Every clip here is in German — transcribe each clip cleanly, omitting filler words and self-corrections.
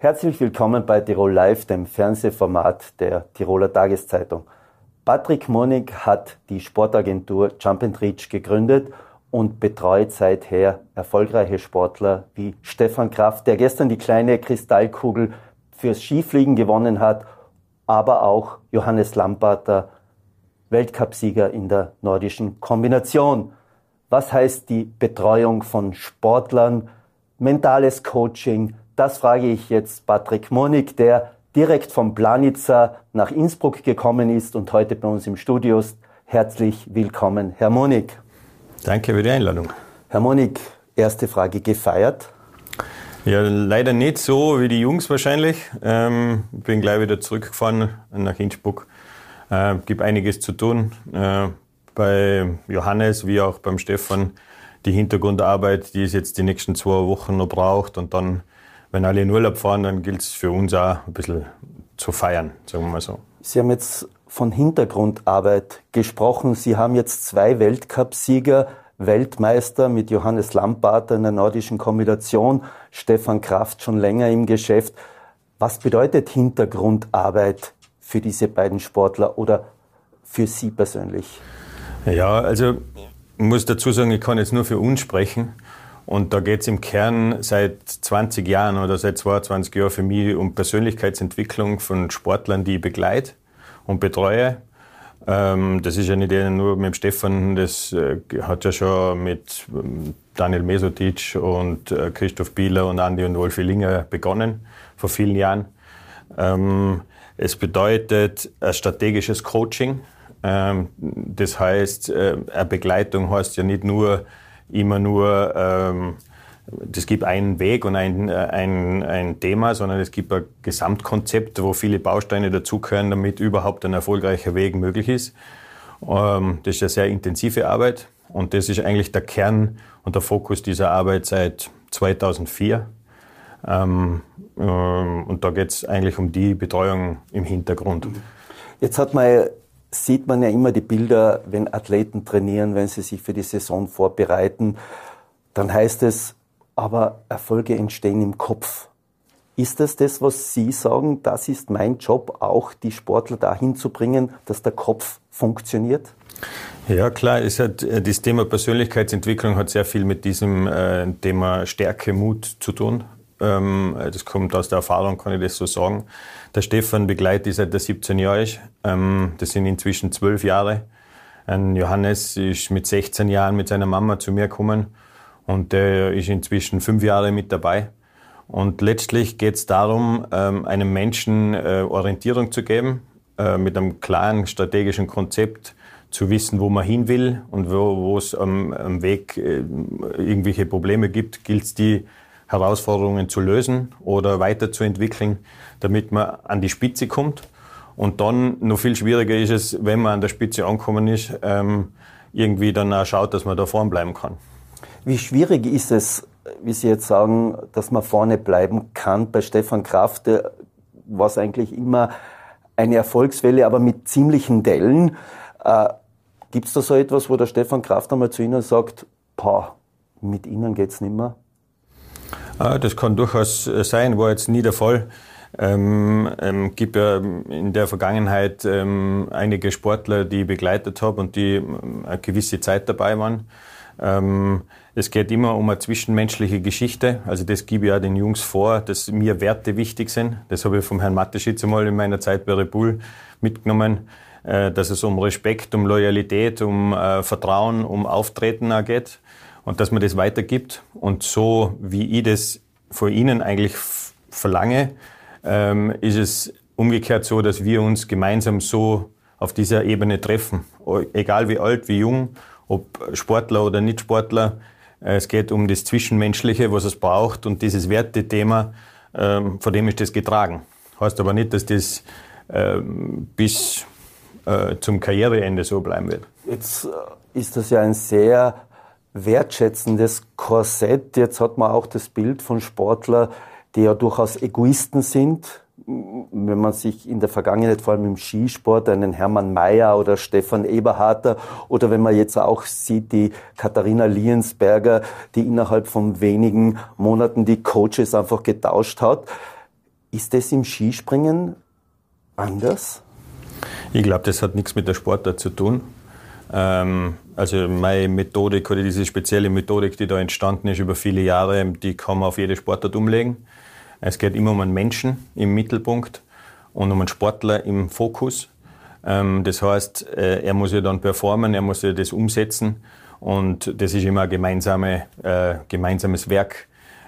Herzlich willkommen bei Tirol Live, dem Fernsehformat der Tiroler Tageszeitung. Patrick Monig hat die Sportagentur Jump & Reach gegründet und betreut seither erfolgreiche Sportler wie Stefan Kraft, der gestern die kleine Kristallkugel fürs Skifliegen gewonnen hat, aber auch Johannes Lamparter, Weltcupsieger in der nordischen Kombination. Was heißt die Betreuung von Sportlern, mentales Coaching? Das frage ich jetzt Patrick Monig, der direkt vom Planica nach Innsbruck gekommen ist und heute bei uns im Studio ist. Herzlich willkommen, Herr Monig. Danke für die Einladung. Herr Monig, erste Frage, gefeiert? Ja, leider nicht so wie die Jungs wahrscheinlich. Bin gleich wieder zurückgefahren nach Innsbruck. Gibt einiges zu tun. Bei Johannes wie auch beim Stefan. Die Hintergrundarbeit, die es jetzt die nächsten 2 Wochen noch braucht. Und dann, wenn alle in Urlaub fahren, dann gilt es für uns auch ein bisschen zu feiern, sagen wir mal so. Sie haben jetzt von Hintergrundarbeit gesprochen. Sie haben jetzt 2 Weltcupsieger, Weltmeister mit Johannes Lamparter in der nordischen Kombination, Stefan Kraft schon länger im Geschäft. Was bedeutet Hintergrundarbeit für diese beiden Sportler oder für Sie persönlich? Ja, also ich muss dazu sagen, ich kann jetzt nur für uns sprechen. Und da geht es im Kern seit 20 Jahren oder seit 22 Jahren für mich um Persönlichkeitsentwicklung von Sportlern, die ich begleite und betreue. Das ist ja nicht nur mit dem Stefan, das hat ja schon mit Daniel Mesotic und Christoph Bieler und Andi und Wolfi Linger begonnen, vor vielen Jahren. Es bedeutet ein strategisches Coaching. Das heißt, eine Begleitung heißt ja nicht nur immer nur, es gibt einen Weg und ein Thema, sondern es gibt ein Gesamtkonzept, wo viele Bausteine dazugehören, damit überhaupt ein erfolgreicher Weg möglich ist. Das ist eine sehr intensive Arbeit und das ist eigentlich der Kern und der Fokus dieser Arbeit seit 2004. Und da geht es eigentlich um die Betreuung im Hintergrund. Jetzt sieht man ja immer die Bilder, wenn Athleten trainieren, wenn sie sich für die Saison vorbereiten, dann heißt es, aber Erfolge entstehen im Kopf. Ist das, was Sie sagen, das ist mein Job, auch die Sportler dahin zu bringen, dass der Kopf funktioniert? Ja klar, das Thema Persönlichkeitsentwicklung hat sehr viel mit diesem Thema Stärke, Mut zu tun. Das kommt aus der Erfahrung, kann ich das so sagen. Der Stefan begleitet ich seit er 17 Jahre ist. Das sind inzwischen 12 Jahre. Ein Johannes ist mit 16 Jahren mit seiner Mama zu mir gekommen und der ist inzwischen 5 Jahre mit dabei. Und letztlich geht es darum, einem Menschen Orientierung zu geben, mit einem klaren strategischen Konzept zu wissen, wo man hin will und wo es am Weg irgendwelche Probleme gibt, gilt es die Herausforderungen zu lösen oder weiterzuentwickeln, damit man an die Spitze kommt. Und dann noch viel schwieriger ist es, wenn man an der Spitze angekommen ist, irgendwie dann auch schaut, dass man da vorne bleiben kann. Wie schwierig ist es, wie Sie jetzt sagen, dass man vorne bleiben kann? Bei Stefan Kraft war es eigentlich immer eine Erfolgswelle, aber mit ziemlichen Dellen. Gibt es da so etwas, wo der Stefan Kraft einmal zu Ihnen sagt, mit Ihnen geht's nicht mehr? Das kann durchaus sein, war jetzt nie der Fall. Gibt ja in der Vergangenheit einige Sportler, die ich begleitet habe und die eine gewisse Zeit dabei waren. Es geht immer um eine zwischenmenschliche Geschichte. Also das gebe ich auch den Jungs vor, dass mir Werte wichtig sind. Das habe ich vom Herrn Mateschitz einmal in meiner Zeit bei Red Bull mitgenommen, dass es um Respekt, um Loyalität, um Vertrauen, um Auftreten auch geht. Und dass man das weitergibt. Und so, wie ich das von Ihnen eigentlich verlange, ist es umgekehrt so, dass wir uns gemeinsam so auf dieser Ebene treffen. Egal wie alt, wie jung, ob Sportler oder Nicht-Sportler. Es geht um das Zwischenmenschliche, was es braucht. Und dieses Wertethema, von dem ist das getragen. Heißt aber nicht, dass das bis zum Karriereende so bleiben wird. Jetzt ist das ja ein sehr wertschätzendes Korsett. Jetzt hat man auch das Bild von Sportlern, die ja durchaus Egoisten sind. Wenn man sich in der Vergangenheit, vor allem im Skisport, einen Hermann Mayer oder Stefan Eberharter oder wenn man jetzt auch sieht, die Katharina Liensberger, die innerhalb von wenigen Monaten die Coaches einfach getauscht hat. Ist das im Skispringen anders? Ich glaube, das hat nichts mit der Sportart zu tun. Also meine Methodik oder diese spezielle Methodik, die da entstanden ist über viele Jahre, die kann man auf jede Sportart umlegen. Es geht immer um einen Menschen im Mittelpunkt und um einen Sportler im Fokus. Das heißt, er muss ja dann performen, er muss ja das umsetzen und das ist immer ein gemeinsames Werk.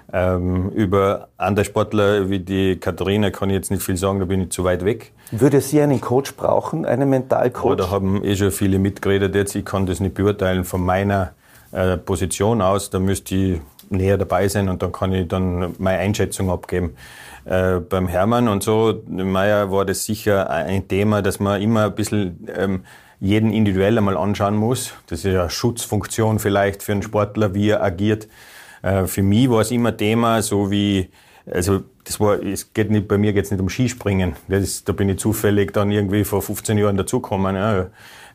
Über andere Sportler wie die Katharina kann ich jetzt nicht viel sagen, da bin ich zu weit weg. Würde sie einen Coach brauchen, einen Mentalcoach? Da haben schon viele mitgeredet jetzt. Ich kann das nicht beurteilen von meiner Position aus. Da müsste ich näher dabei sein und dann kann ich dann meine Einschätzung abgeben. Beim Hermann und so, Meier, war das sicher ein Thema, dass man immer ein bisschen jeden individuell einmal anschauen muss. Das ist eine Schutzfunktion vielleicht für einen Sportler, wie er agiert. Für mich war es immer Thema, so wie, also bei mir geht's nicht um Skispringen. Da bin ich zufällig dann irgendwie vor 15 Jahren dazugekommen. Ja.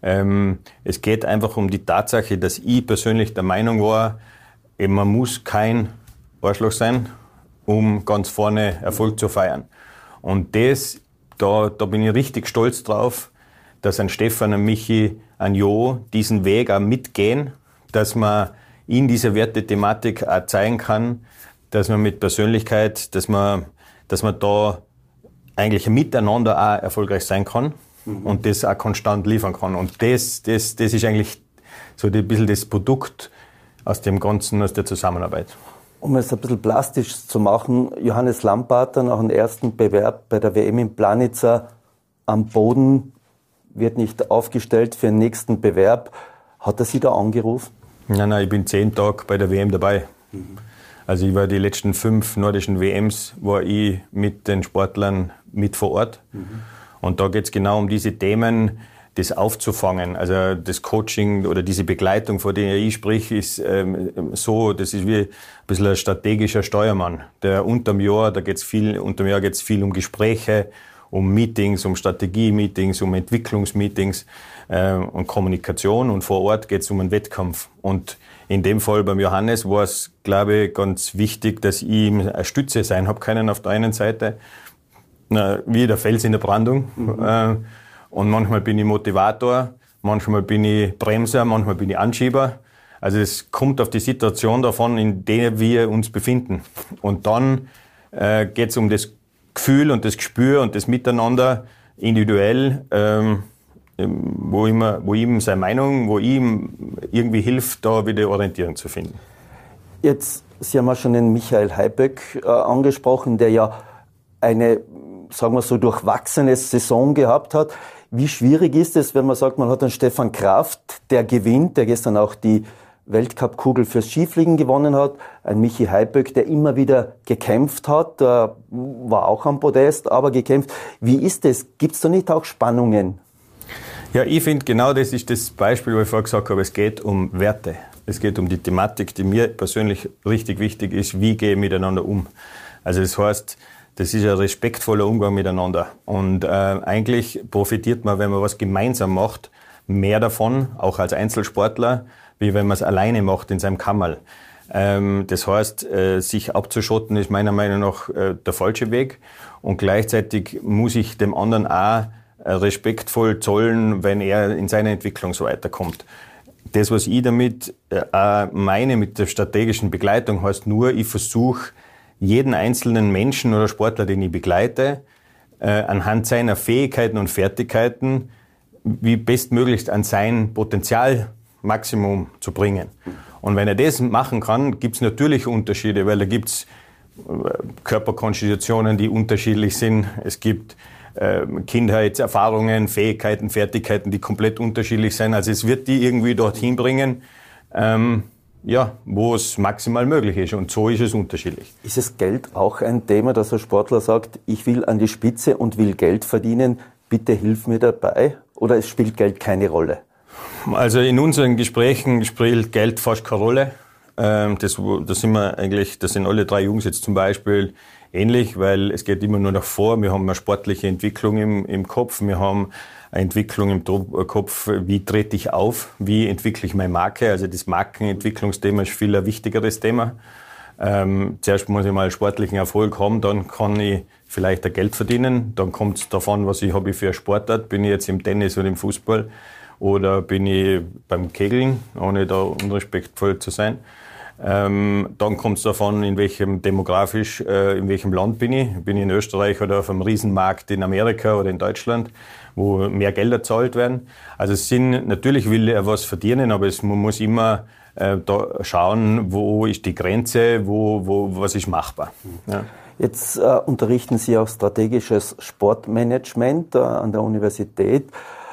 Es geht einfach um die Tatsache, dass ich persönlich der Meinung war, eben man muss kein Arschloch sein, um ganz vorne Erfolg zu feiern. Und da bin ich richtig stolz drauf, dass ein Stefan, ein Michi, ein Jo diesen Weg auch mitgehen, dass man in dieser Wertethematik auch zeigen kann, dass man mit Persönlichkeit, dass man da eigentlich miteinander auch erfolgreich sein kann und das auch konstant liefern kann. Und das ist eigentlich so ein bisschen das Produkt aus dem Ganzen, aus der Zusammenarbeit. Um es ein bisschen plastisch zu machen, Johannes Lamparter nach dem ersten Bewerb bei der WM in Planica am Boden, wird nicht aufgestellt für den nächsten Bewerb. Hat er Sie da angerufen? Nein, ich bin 10 Tage bei der WM dabei. Also ich war die letzten 5 nordischen WMs, war ich mit den Sportlern mit vor Ort. Und da geht es genau um diese Themen, das aufzufangen. Also das Coaching oder diese Begleitung, von der ich spreche, ist das ist wie ein bisschen ein strategischer Steuermann. Unterm Jahr geht's viel um Gespräche, um Meetings, um Strategie-Meetings, um Entwicklungsmeetings und Kommunikation. Und vor Ort geht es um einen Wettkampf. Und in dem Fall beim Johannes war es, glaube ich, ganz wichtig, dass ich ihm eine Stütze sein habe können auf der einen Seite, wie der Fels in der Brandung. Und manchmal bin ich Motivator, manchmal bin ich Bremser, manchmal bin ich Anschieber. Also es kommt auf die Situation davon, in der wir uns befinden. Und dann geht es um das Gefühl und das Gespür und das Miteinander individuell, wo ihm seine Meinung, wo ihm irgendwie hilft, da wieder Orientierung zu finden. Jetzt, Sie haben ja schon den Michael Heiböck angesprochen, der ja eine, sagen wir so, durchwachsene Saison gehabt hat. Wie schwierig ist es, wenn man sagt, man hat einen Stefan Kraft, der gewinnt, der gestern auch die Weltcup-Kugel fürs Skifliegen gewonnen hat, ein Michi Heiböck, der immer wieder gekämpft hat, war auch am Podest, aber gekämpft. Wie ist es? Gibt es da nicht auch Spannungen? Ja, ich finde, genau das ist das Beispiel, wo ich vorher gesagt habe, es geht um Werte. Es geht um die Thematik, die mir persönlich richtig wichtig ist, wie gehe ich miteinander um. Also das heißt, das ist ein respektvoller Umgang miteinander. Und eigentlich profitiert man, wenn man was gemeinsam macht, mehr davon, auch als Einzelsportler, wie wenn man es alleine macht in seinem Kammerl. Das heißt, sich abzuschotten ist meiner Meinung nach der falsche Weg. Und gleichzeitig muss ich dem anderen auch respektvoll zollen, wenn er in seiner Entwicklung so weiterkommt. Das, was ich damit meine mit der strategischen Begleitung, heißt nur, ich versuche, jeden einzelnen Menschen oder Sportler, den ich begleite, anhand seiner Fähigkeiten und Fertigkeiten wie bestmöglichst an sein Potenzialmaximum zu bringen. Und wenn er das machen kann, gibt es natürlich Unterschiede, weil da gibt es Körperkonstitutionen, die unterschiedlich sind. Es gibt Kindheitserfahrungen, Fähigkeiten, Fertigkeiten, die komplett unterschiedlich sind. Also es wird die irgendwie dorthin bringen, wo es maximal möglich ist. Und so ist es unterschiedlich. Ist es Geld auch ein Thema, dass ein Sportler sagt, ich will an die Spitze und will Geld verdienen, bitte hilf mir dabei? Oder es spielt Geld keine Rolle? Also in unseren Gesprächen spielt Geld fast keine Rolle. Das sind alle 3 Jungs jetzt zum Beispiel ähnlich, weil es geht immer nur nach vor. Wir haben eine sportliche Entwicklung im Kopf, wir haben eine Entwicklung im Kopf, wie trete ich auf, wie entwickle ich meine Marke. Also das Markenentwicklungsthema ist viel ein wichtigeres Thema. Zuerst muss ich mal sportlichen Erfolg haben, dann kann ich vielleicht ein Geld verdienen. Dann kommt es davon, was ich habe für eine Sportart. Bin ich jetzt im Tennis oder im Fußball oder bin ich beim Kegeln, ohne da unrespektvoll zu sein. Dann kommt es davon, in welchem Land bin ich. Bin ich in Österreich oder auf einem Riesenmarkt in Amerika oder in Deutschland, wo mehr Gelder zahlt werden. Also natürlich will er was verdienen, aber man muss immer da schauen, wo ist die Grenze, was ist machbar. Ja. Jetzt unterrichten Sie auch strategisches Sportmanagement an der Universität.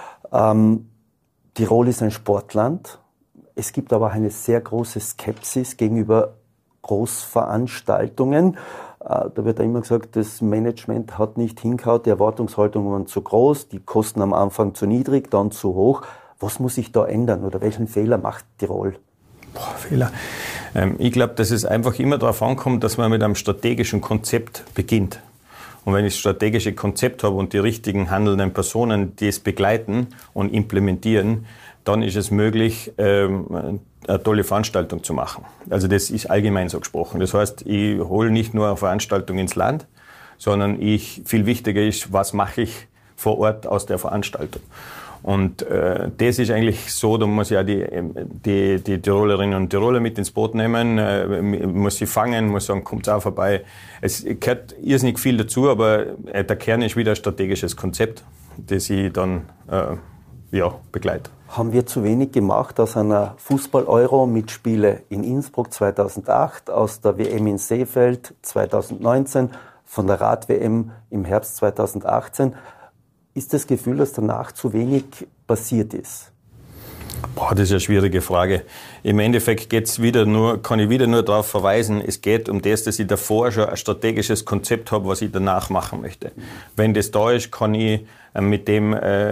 Tirol ist ein Sportland. Es gibt aber eine sehr große Skepsis gegenüber Großveranstaltungen. Da wird immer gesagt, das Management hat nicht hingehauen, die Erwartungshaltungen waren zu groß, die Kosten am Anfang zu niedrig, dann zu hoch. Was muss sich da ändern oder welchen Fehler macht Tirol? Fehler. Ich glaube, dass es einfach immer darauf ankommt, dass man mit einem strategischen Konzept beginnt. Und wenn ich das strategische Konzept habe und die richtigen handelnden Personen, die es begleiten und implementieren, dann ist es möglich, eine tolle Veranstaltung zu machen. Also das ist allgemein so gesprochen. Das heißt, ich hole nicht nur eine Veranstaltung ins Land, sondern viel wichtiger ist, was mache ich vor Ort aus der Veranstaltung. Und das ist eigentlich so, da muss ich auch die Tirolerinnen und Tiroler mit ins Boot nehmen, muss sie fangen, muss sagen, kommt auch vorbei. Es gehört irrsinnig viel dazu, aber der Kern ist wieder ein strategisches Konzept, das ich dann begleite. Haben wir zu wenig gemacht aus einer Fußball-Euro mit Spiele in Innsbruck 2008, aus der WM in Seefeld 2019, von der Rad-WM im Herbst 2018? Ist das Gefühl, dass danach zu wenig passiert ist? Das ist eine schwierige Frage. Im Endeffekt kann ich wieder nur darauf verweisen, es geht um das, dass ich davor schon ein strategisches Konzept habe, was ich danach machen möchte. Wenn das da ist, kann ich mit dem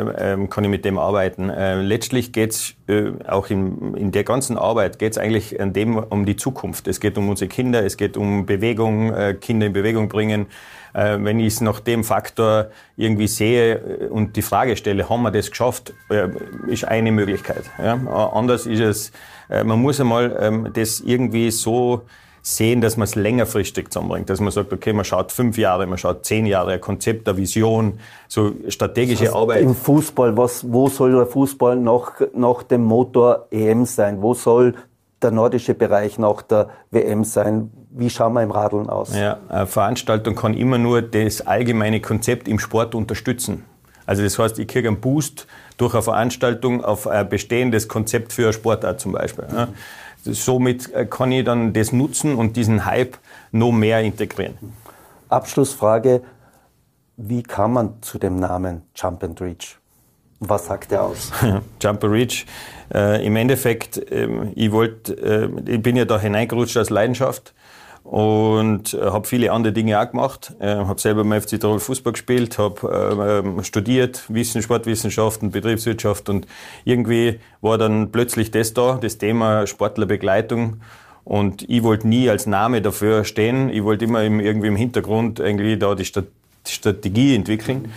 arbeiten. Letztlich geht es auch in der ganzen Arbeit geht's eigentlich um die Zukunft. Es geht um unsere Kinder, es geht um Bewegung, Kinder in Bewegung bringen. Wenn ich es nach dem Faktor irgendwie sehe und die Frage stelle, haben wir das geschafft, ist eine Möglichkeit. Ja? Anders ist es, man muss einmal das irgendwie so sehen, dass man es längerfristig zusammenbringt. Dass man sagt, okay, man schaut 5 Jahre, man schaut 10 Jahre, ein Konzept, eine Vision, so strategische Arbeit. Im Fußball, wo soll der Fußball nach dem Motor EM sein? Wo soll der nordische Bereich nach der WM sein? Wie schauen wir im Radeln aus? Ja, eine Veranstaltung kann immer nur das allgemeine Konzept im Sport unterstützen. Also das heißt, ich kriege einen Boost durch eine Veranstaltung auf ein bestehendes Konzept für eine Sportart zum Beispiel. Ja. Somit kann ich dann das nutzen und diesen Hype noch mehr integrieren. Abschlussfrage, wie kam man zu dem Namen Jump and Reach? Was sagt er aus? Jump and Reach, im Endeffekt, ich bin ja da hineingerutscht als Leidenschaft und habe viele andere Dinge auch gemacht. Habe selber beim FC Tirol Fußball gespielt, habe studiert, Sportwissenschaften, Betriebswirtschaft und irgendwie war dann plötzlich das Thema Sportlerbegleitung und ich wollte nie als Name dafür stehen. Ich wollte immer irgendwie im Hintergrund eigentlich da die Strategie entwickeln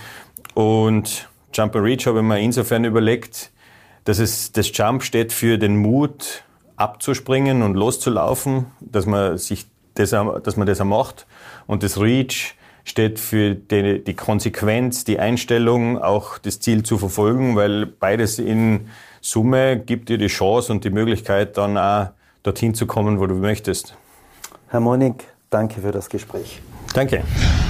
und Jump and Reach habe ich mir insofern überlegt, dass das Jump steht für den Mut abzuspringen und loszulaufen, dass man das auch macht. Und das Reach steht für die Konsequenz, die Einstellung, auch das Ziel zu verfolgen, weil beides in Summe gibt dir die Chance und die Möglichkeit, dann auch dorthin zu kommen, wo du möchtest. Herr Monig, danke für das Gespräch. Danke.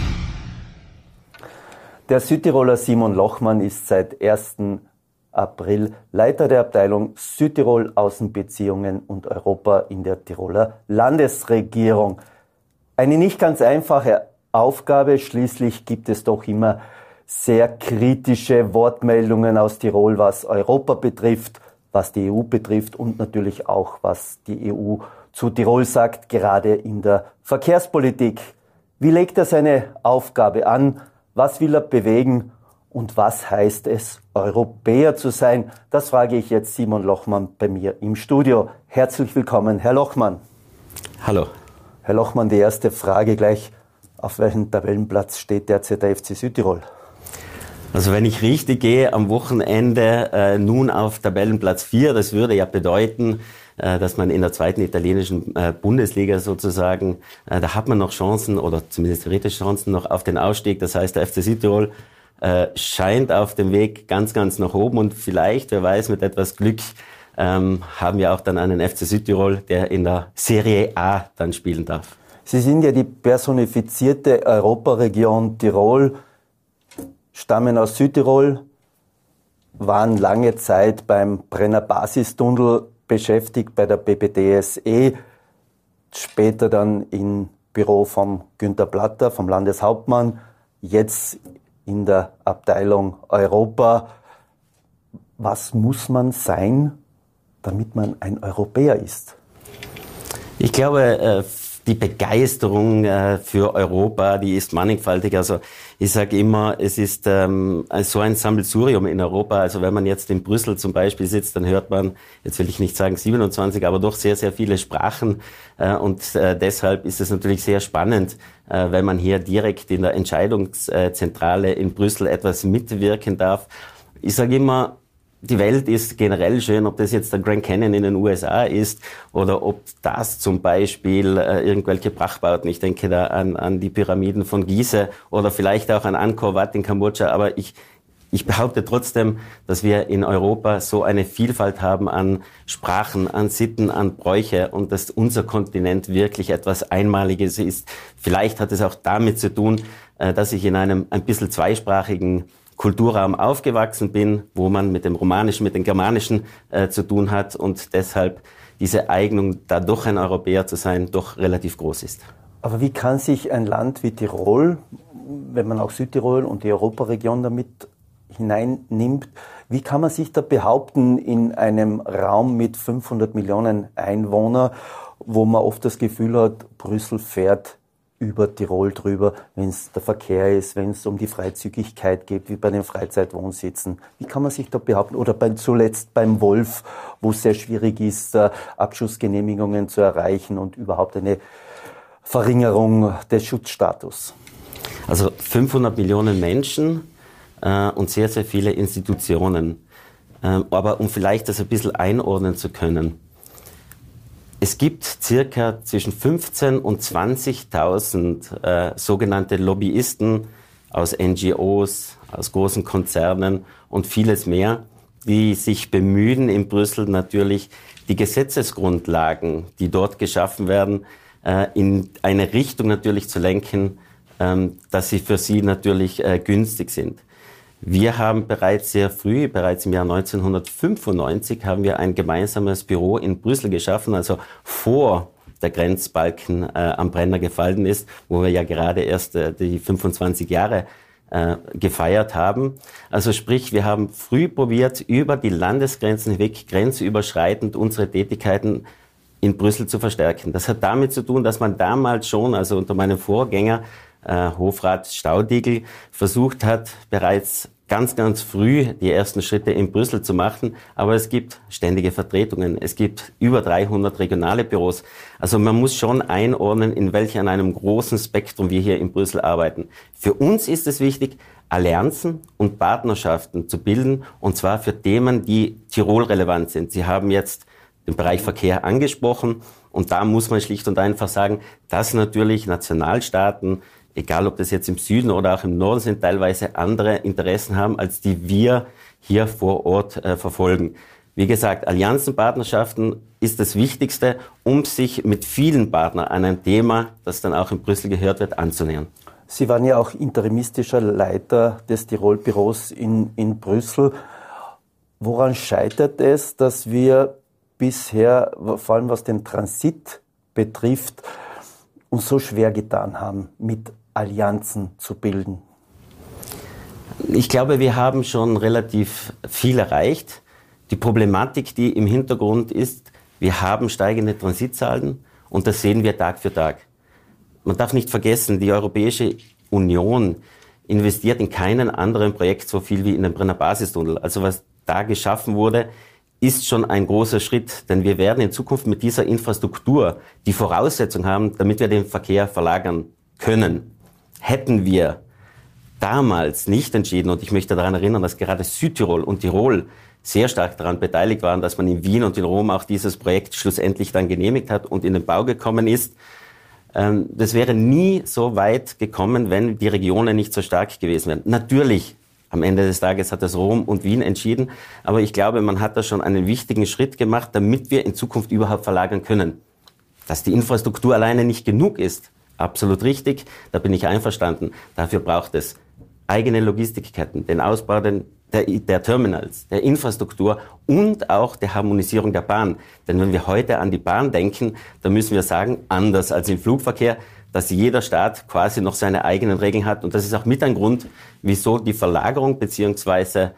Der Südtiroler Simon Lochmann ist seit 1. April Leiter der Abteilung Südtirol Außenbeziehungen und Europa in der Tiroler Landesregierung. Eine nicht ganz einfache Aufgabe, schließlich gibt es doch immer sehr kritische Wortmeldungen aus Tirol, was Europa betrifft, was die EU betrifft und natürlich auch, was die EU zu Tirol sagt, gerade in der Verkehrspolitik. Wie legt er seine Aufgabe an? Was will er bewegen? Und was heißt es, Europäer zu sein? Das frage ich jetzt Simon Lochmann bei mir im Studio. Herzlich willkommen, Herr Lochmann. Hallo. Herr Lochmann, die erste Frage gleich. Auf welchem Tabellenplatz steht derzeit der FC Südtirol? Also wenn ich richtig gehe, am Wochenende nun auf Tabellenplatz 4. Das würde ja bedeuten, dass man in der zweiten italienischen Bundesliga sozusagen, da hat man noch Chancen oder zumindest theoretische Chancen noch auf den Ausstieg. Das heißt, der FC Südtirol scheint auf dem Weg ganz, ganz nach oben und vielleicht, wer weiß, mit etwas Glück haben wir auch dann einen FC Südtirol, der in der Serie A dann spielen darf. Sie sind ja die personifizierte Europaregion Tirol, stammen aus Südtirol, waren lange Zeit beim Brenner Basistunnel beschäftigt bei der BBDSE, später dann im Büro von Günther Platter, vom Landeshauptmann, jetzt in der Abteilung Europa. Was muss man sein, damit man ein Europäer ist? Ich glaube, die Begeisterung für Europa, die ist mannigfaltig. Also ich sage immer, es ist so ein Sammelsurium in Europa. Also wenn man jetzt in Brüssel zum Beispiel sitzt, dann hört man, jetzt will ich nicht sagen 27, aber doch sehr, sehr viele Sprachen. Und deshalb ist es natürlich sehr spannend, wenn man hier direkt in der Entscheidungszentrale in Brüssel etwas mitwirken darf. Ich sage immer, die Welt ist generell schön, ob das jetzt der Grand Canyon in den USA ist oder ob das zum Beispiel irgendwelche Prachtbauten, ich denke da an die Pyramiden von Gizeh oder vielleicht auch an Angkor Wat in Kambodscha, aber ich behaupte trotzdem, dass wir in Europa so eine Vielfalt haben an Sprachen, an Sitten, an Bräuche und dass unser Kontinent wirklich etwas Einmaliges ist. Vielleicht hat es auch damit zu tun, dass ich in einem ein bisschen zweisprachigen Kulturraum aufgewachsen bin, wo man mit dem Romanischen, mit dem Germanischen zu tun hat und deshalb diese Eignung, da doch ein Europäer zu sein, doch relativ groß ist. Aber wie kann sich ein Land wie Tirol, wenn man auch Südtirol und die Europaregion damit hineinnimmt, wie kann man sich da behaupten in einem Raum mit 500 Millionen Einwohnern, wo man oft das Gefühl hat, Brüssel fährt über Tirol drüber, wenn es der Verkehr ist, wenn es um die Freizügigkeit geht, wie bei den Freizeitwohnsitzen. Wie kann man sich da behaupten? Oder zuletzt beim Wolf, wo es sehr schwierig ist, Abschussgenehmigungen zu erreichen und überhaupt eine Verringerung des Schutzstatus. Also 500 Millionen Menschen und sehr, sehr viele Institutionen. Aber um vielleicht das ein bisschen einordnen zu können, es gibt circa zwischen 15.000 und 20.000 sogenannte Lobbyisten aus NGOs, aus großen Konzernen und vieles mehr, die sich bemühen, in Brüssel natürlich die Gesetzesgrundlagen, die dort geschaffen werden, in eine Richtung natürlich zu lenken, dass sie für sie natürlich günstig sind. Wir haben bereits sehr früh, bereits im Jahr 1995, haben wir ein gemeinsames Büro in Brüssel geschaffen, also vor der Grenzbalken am Brenner gefallen ist, wo wir ja gerade erst die 25 Jahre gefeiert haben. Also sprich, wir haben früh probiert, über die Landesgrenzen hinweg, grenzüberschreitend unsere Tätigkeiten in Brüssel zu verstärken. Das hat damit zu tun, dass man damals schon, also unter meinem Vorgänger, Hofrat Staudigl, versucht hat, bereits ganz, ganz früh die ersten Schritte in Brüssel zu machen. Aber es gibt ständige Vertretungen. Es gibt über 300 regionale Büros. Also man muss schon einordnen, in welch an einem großen Spektrum wir hier in Brüssel arbeiten. Für uns ist es wichtig, Allianzen und Partnerschaften zu bilden, und zwar für Themen, die Tirol relevant sind. Sie haben jetzt den Bereich Verkehr angesprochen, und da muss man schlicht und einfach sagen, dass natürlich Nationalstaaten, egal ob das jetzt im Süden oder auch im Norden sind, teilweise andere Interessen haben, als die wir hier vor Ort verfolgen. Wie gesagt, Allianzen, Partnerschaften ist das Wichtigste, um sich mit vielen Partnern an ein Thema, das dann auch in Brüssel gehört wird, anzunähern. Sie waren ja auch interimistischer Leiter des Tirol-Büros in Brüssel. Woran scheitert es, dass wir bisher, vor allem was den Transit betrifft, uns so schwer getan haben, mit Allianzen zu bilden? Ich glaube, wir haben schon relativ viel erreicht. Die Problematik, die im Hintergrund ist, wir haben steigende Transitzahlen und das sehen wir Tag für Tag. Man darf nicht vergessen, die Europäische Union investiert in keinem anderen Projekt so viel wie in den Brenner Basistunnel. Also was da geschaffen wurde, ist schon ein großer Schritt, denn wir werden in Zukunft mit dieser Infrastruktur die Voraussetzung haben, damit wir den Verkehr verlagern können. Hätten wir damals nicht entschieden, und ich möchte daran erinnern, dass gerade Südtirol und Tirol sehr stark daran beteiligt waren, dass man in Wien und in Rom auch dieses Projekt schlussendlich dann genehmigt hat und in den Bau gekommen ist. Das wäre nie so weit gekommen, wenn die Regionen nicht so stark gewesen wären. Natürlich, am Ende des Tages hat das Rom und Wien entschieden, aber ich glaube, man hat da schon einen wichtigen Schritt gemacht, damit wir in Zukunft überhaupt verlagern können. Dass die Infrastruktur alleine nicht genug ist, absolut richtig, da bin ich einverstanden. Dafür braucht es eigene Logistikketten, den Ausbau der Terminals, der Infrastruktur und auch der Harmonisierung der Bahn. Denn wenn wir heute an die Bahn denken, dann müssen wir sagen, anders als im Flugverkehr, dass jeder Staat quasi noch seine eigenen Regeln hat. Und das ist auch mit ein Grund, wieso die Verlagerung beziehungsweise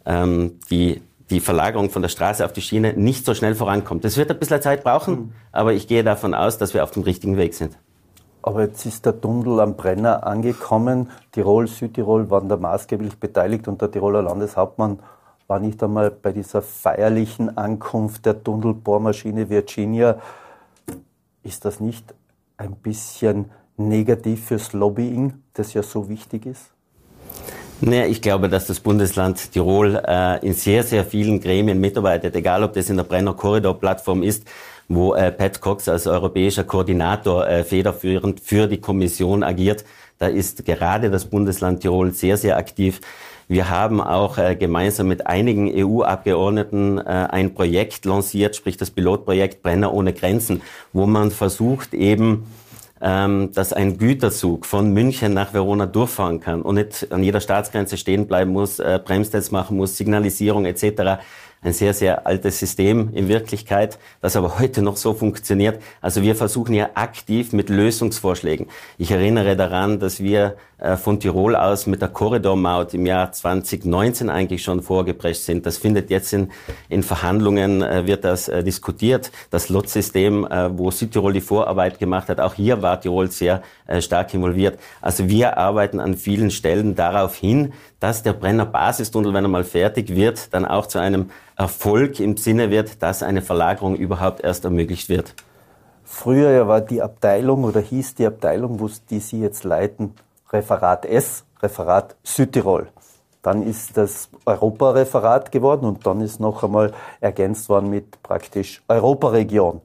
die Verlagerung von der Straße auf die Schiene nicht so schnell vorankommt. Das wird ein bisschen Zeit brauchen, aber ich gehe davon aus, dass wir auf dem richtigen Weg sind. Aber jetzt ist der Tunnel am Brenner angekommen. Tirol, Südtirol waren da maßgeblich beteiligt und der Tiroler Landeshauptmann war nicht einmal bei dieser feierlichen Ankunft der Tunnelbohrmaschine Virginia. Ist das nicht ein bisschen negativ fürs Lobbying, das ja so wichtig ist? Naja, ich glaube, dass das Bundesland Tirol in sehr, sehr vielen Gremien mitarbeitet, egal ob das in der Brenner Korridor-Plattform ist, wo Pat Cox als europäischer Koordinator federführend für die Kommission agiert. Da ist gerade das Bundesland Tirol sehr, sehr aktiv. Wir haben auch gemeinsam mit einigen EU-Abgeordneten ein Projekt lanciert, sprich das Pilotprojekt Brenner ohne Grenzen, wo man versucht eben, dass ein Güterzug von München nach Verona durchfahren kann und nicht an jeder Staatsgrenze stehen bleiben muss, Bremstests machen muss, Signalisierung etc. Ein sehr, sehr altes System in Wirklichkeit, das aber heute noch so funktioniert. Also wir versuchen ja aktiv mit Lösungsvorschlägen. Ich erinnere daran, dass wir von Tirol aus mit der Korridormaut im Jahr 2019 eigentlich schon vorgeprescht sind. Das findet jetzt in Verhandlungen, wird das diskutiert. Das LOT-System, wo Südtirol die Vorarbeit gemacht hat, auch hier war Tirol sehr stark involviert. Also wir arbeiten an vielen Stellen darauf hin, dass der Brenner Basistunnel, wenn er mal fertig wird, dann auch zu einem Erfolg im Sinne wird, dass eine Verlagerung überhaupt erst ermöglicht wird. Früher war die Abteilung oder hieß die Abteilung, die Sie jetzt leiten, Referat S, Referat Südtirol. Dann ist das Europareferat geworden und dann ist noch einmal ergänzt worden mit praktisch Europaregion.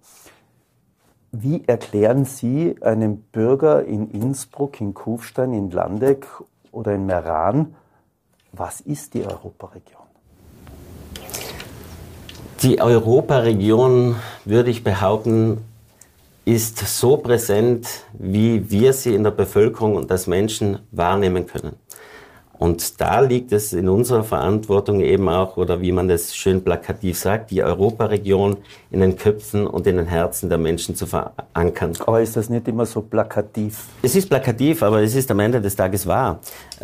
Wie erklären Sie einem Bürger in Innsbruck, in Kufstein, in Landeck oder in Meran, was ist die Europaregion? Die Europaregion, würde ich behaupten, ist so präsent, wie wir sie in der Bevölkerung und als Menschen wahrnehmen können. Und da liegt es in unserer Verantwortung eben auch, oder wie man das schön plakativ sagt, die Europaregion in den Köpfen und in den Herzen der Menschen zu verankern. Aber ist das nicht immer so plakativ? Es ist plakativ, aber es ist am Ende des Tages wahr.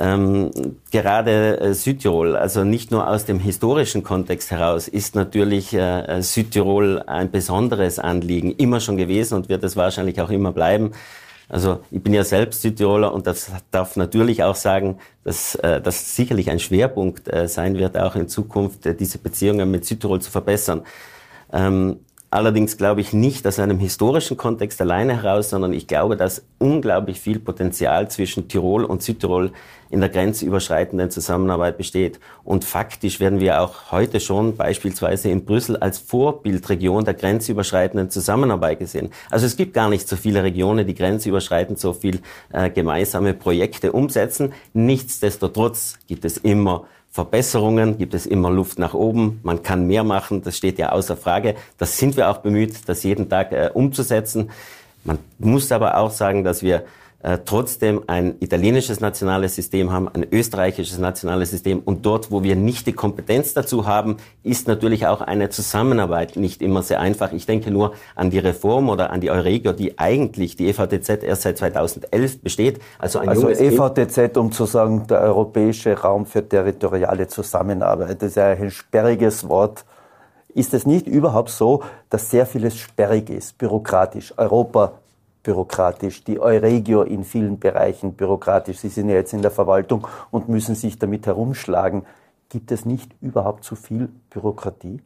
Gerade Südtirol, also nicht nur aus dem historischen Kontext heraus, ist natürlich Südtirol ein besonderes Anliegen, immer schon gewesen und wird es wahrscheinlich auch immer bleiben. Also ich bin ja selbst Südtiroler und das darf natürlich auch sagen, dass das sicherlich ein Schwerpunkt sein wird, auch in Zukunft diese Beziehungen mit Südtirol zu verbessern. Allerdings glaube ich nicht aus einem historischen Kontext alleine heraus, sondern ich glaube, dass unglaublich viel Potenzial zwischen Tirol und Südtirol in der grenzüberschreitenden Zusammenarbeit besteht. Und faktisch werden wir auch heute schon beispielsweise in Brüssel als Vorbildregion der grenzüberschreitenden Zusammenarbeit gesehen. Also es gibt gar nicht so viele Regionen, die grenzüberschreitend so viel gemeinsame Projekte umsetzen. Nichtsdestotrotz gibt es immer Verbesserungen, gibt es immer Luft nach oben, man kann mehr machen, das steht ja außer Frage. Das sind wir auch bemüht, das jeden Tag umzusetzen. Man muss aber auch sagen, dass wir trotzdem ein italienisches nationales System haben, ein österreichisches nationales System und dort, wo wir nicht die Kompetenz dazu haben, ist natürlich auch eine Zusammenarbeit nicht immer sehr einfach. Ich denke nur an die Reform oder an die Euregio, die eigentlich die EVTZ erst seit 2011 besteht. Also EVTZ, um zu sagen, der Europäische Raum für territoriale Zusammenarbeit, das ist ja ein sperriges Wort. Ist es nicht überhaupt so, dass sehr vieles sperrig ist, bürokratisch, Europa bürokratisch, die Euregio in vielen Bereichen bürokratisch. Sie sind ja jetzt in der Verwaltung und müssen sich damit herumschlagen. Gibt es nicht überhaupt zu viel Bürokratie?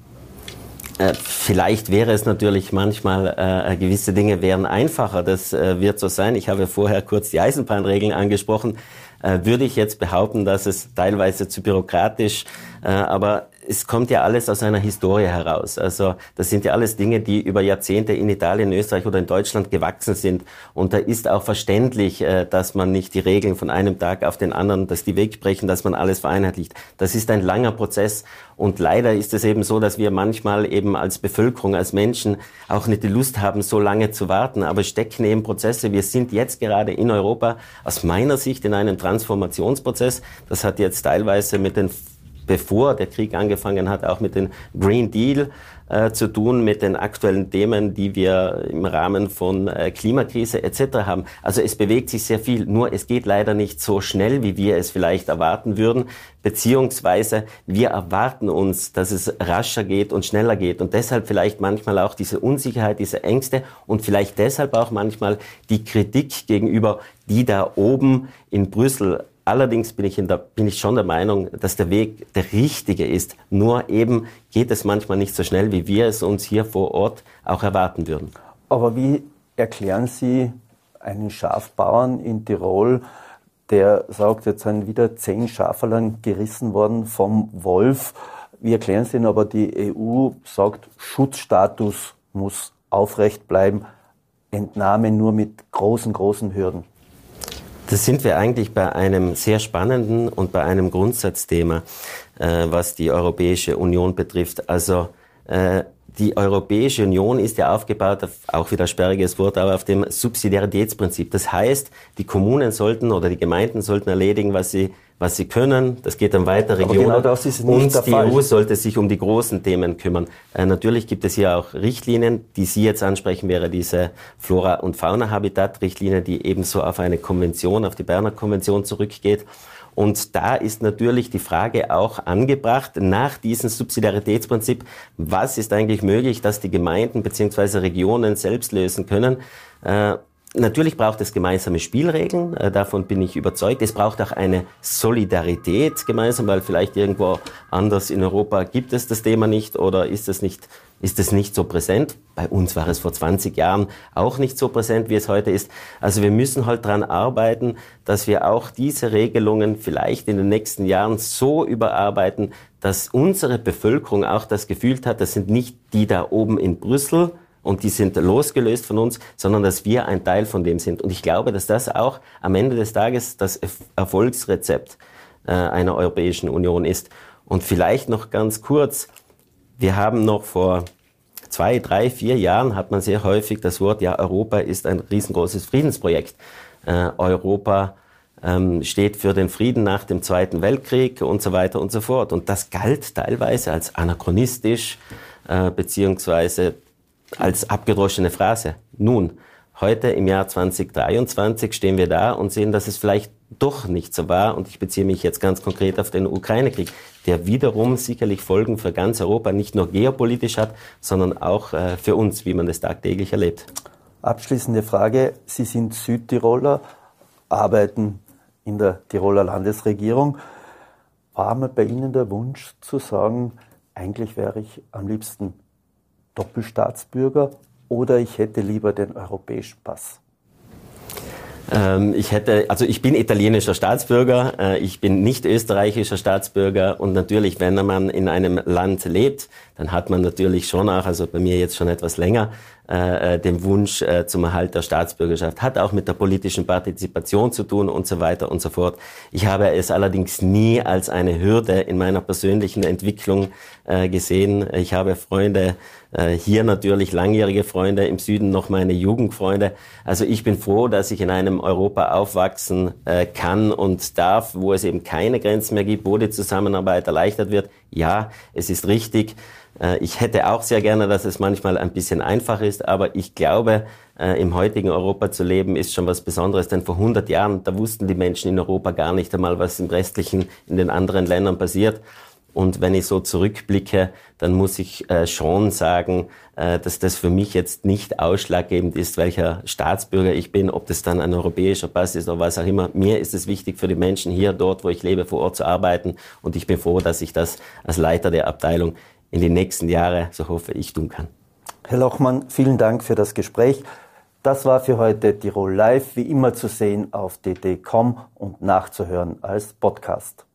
Vielleicht wäre es natürlich manchmal, gewisse Dinge wären einfacher, das wird so sein. Ich habe vorher kurz die Eisenbahnregeln angesprochen. Würde ich jetzt behaupten, dass es teilweise zu bürokratisch, aber es kommt ja alles aus einer Historie heraus. Also das sind ja alles Dinge, die über Jahrzehnte in Italien, Österreich oder in Deutschland gewachsen sind. Und da ist auch verständlich, dass man nicht die Regeln von einem Tag auf den anderen, dass die wegbrechen, dass man alles vereinheitlicht. Das ist ein langer Prozess. Und leider ist es eben so, dass wir manchmal eben als Bevölkerung, als Menschen auch nicht die Lust haben, so lange zu warten. Aber stecken eben Prozesse. Wir sind jetzt gerade in Europa aus meiner Sicht in einem Transformationsprozess. Das hat jetzt teilweise bevor der Krieg angefangen hat, auch mit dem Green Deal zu tun, mit den aktuellen Themen, die wir im Rahmen von Klimakrise etc. haben. Also es bewegt sich sehr viel, nur es geht leider nicht so schnell, wie wir es vielleicht erwarten würden, beziehungsweise wir erwarten uns, dass es rascher geht und schneller geht und deshalb vielleicht manchmal auch diese Unsicherheit, diese Ängste und vielleicht deshalb auch manchmal die Kritik gegenüber die da oben in Brüssel. Allerdings bin ich schon der Meinung, dass der Weg der richtige ist. Nur eben geht es manchmal nicht so schnell, wie wir es uns hier vor Ort auch erwarten würden. Aber wie erklären Sie einen Schafbauern in Tirol, der sagt, jetzt sind wieder 10 Schaferlein gerissen worden vom Wolf. Wie erklären Sie ihn aber, die EU sagt, Schutzstatus muss aufrecht bleiben, Entnahme nur mit großen Hürden? Das sind wir eigentlich bei einem sehr spannenden und bei einem Grundsatzthema, was die Europäische Union betrifft. Also die Europäische Union ist ja aufgebaut, auch wieder sperriges Wort, aber auf dem Subsidiaritätsprinzip. Das heißt, die Kommunen sollten oder die Gemeinden sollten erledigen, was sie können. Das geht dann weiter, Regionen. Genau das ist nicht und der die Fall. EU sollte sich um die großen Themen kümmern. Natürlich gibt es hier auch Richtlinien, die Sie jetzt ansprechen, wäre diese Flora- und Fauna-Habitat-Richtlinie, die ebenso auf eine Konvention, auf die Berner Konvention zurückgeht. Und da ist natürlich die Frage auch angebracht, nach diesem Subsidiaritätsprinzip, was ist eigentlich möglich, dass die Gemeinden bzw. Regionen selbst lösen können. Natürlich braucht es gemeinsame Spielregeln, davon bin ich überzeugt. Es braucht auch eine Solidarität gemeinsam, weil vielleicht irgendwo anders in Europa gibt es das Thema nicht oder ist es nicht so präsent. Bei uns war es vor 20 Jahren auch nicht so präsent, wie es heute ist. Also wir müssen halt daran arbeiten, dass wir auch diese Regelungen vielleicht in den nächsten Jahren so überarbeiten, dass unsere Bevölkerung auch das Gefühl hat, das sind nicht die da oben in Brüssel, und die sind losgelöst von uns, sondern dass wir ein Teil von dem sind. Und ich glaube, dass das auch am Ende des Tages das Erfolgsrezept einer Europäischen Union ist. Und vielleicht noch ganz kurz, wir haben noch vor 2, 3, 4 Jahren hat man sehr häufig das Wort, ja, Europa ist ein riesengroßes Friedensprojekt. Europa steht für den Frieden nach dem Zweiten Weltkrieg und so weiter und so fort. Und das galt teilweise als anachronistisch, beziehungsweise als abgedroschene Phrase. Nun, heute im Jahr 2023 stehen wir da und sehen, dass es vielleicht doch nicht so war. Und ich beziehe mich jetzt ganz konkret auf den Ukraine-Krieg, der wiederum sicherlich Folgen für ganz Europa nicht nur geopolitisch hat, sondern auch für uns, wie man das tagtäglich erlebt. Abschließende Frage. Sie sind Südtiroler, arbeiten in der Tiroler Landesregierung. War mal bei Ihnen der Wunsch zu sagen, eigentlich wäre ich am liebsten Doppelstaatsbürger oder ich hätte lieber den europäischen Pass? Ich bin italienischer Staatsbürger, ich bin nicht österreichischer Staatsbürger und natürlich, wenn man in einem Land lebt, dann hat man natürlich schon auch, also bei mir jetzt schon etwas länger, den Wunsch zum Erhalt der Staatsbürgerschaft. Hat auch mit der politischen Partizipation zu tun und so weiter und so fort. Ich habe es allerdings nie als eine Hürde in meiner persönlichen Entwicklung gesehen. Ich habe Freunde, hier natürlich langjährige Freunde, im Süden noch meine Jugendfreunde. Also ich bin froh, dass ich in einem Europa aufwachsen kann und darf, wo es eben keine Grenzen mehr gibt, wo die Zusammenarbeit erleichtert wird. Ja, es ist richtig. Ich hätte auch sehr gerne, dass es manchmal ein bisschen einfach ist, aber ich glaube, im heutigen Europa zu leben ist schon was Besonderes, denn vor 100 Jahren, da wussten die Menschen in Europa gar nicht einmal, was im restlichen, in den anderen Ländern passiert. Und wenn ich so zurückblicke, dann muss ich schon sagen, dass das für mich jetzt nicht ausschlaggebend ist, welcher Staatsbürger ich bin, ob das dann ein europäischer Pass ist oder was auch immer. Mir ist es wichtig, für die Menschen hier, dort, wo ich lebe, vor Ort zu arbeiten. Und ich bin froh, dass ich das als Leiter der Abteilung in den nächsten Jahren, so hoffe ich, tun kann. Herr Lochmann, vielen Dank für das Gespräch. Das war für heute Tirol Live, wie immer zu sehen auf dd.com und nachzuhören als Podcast.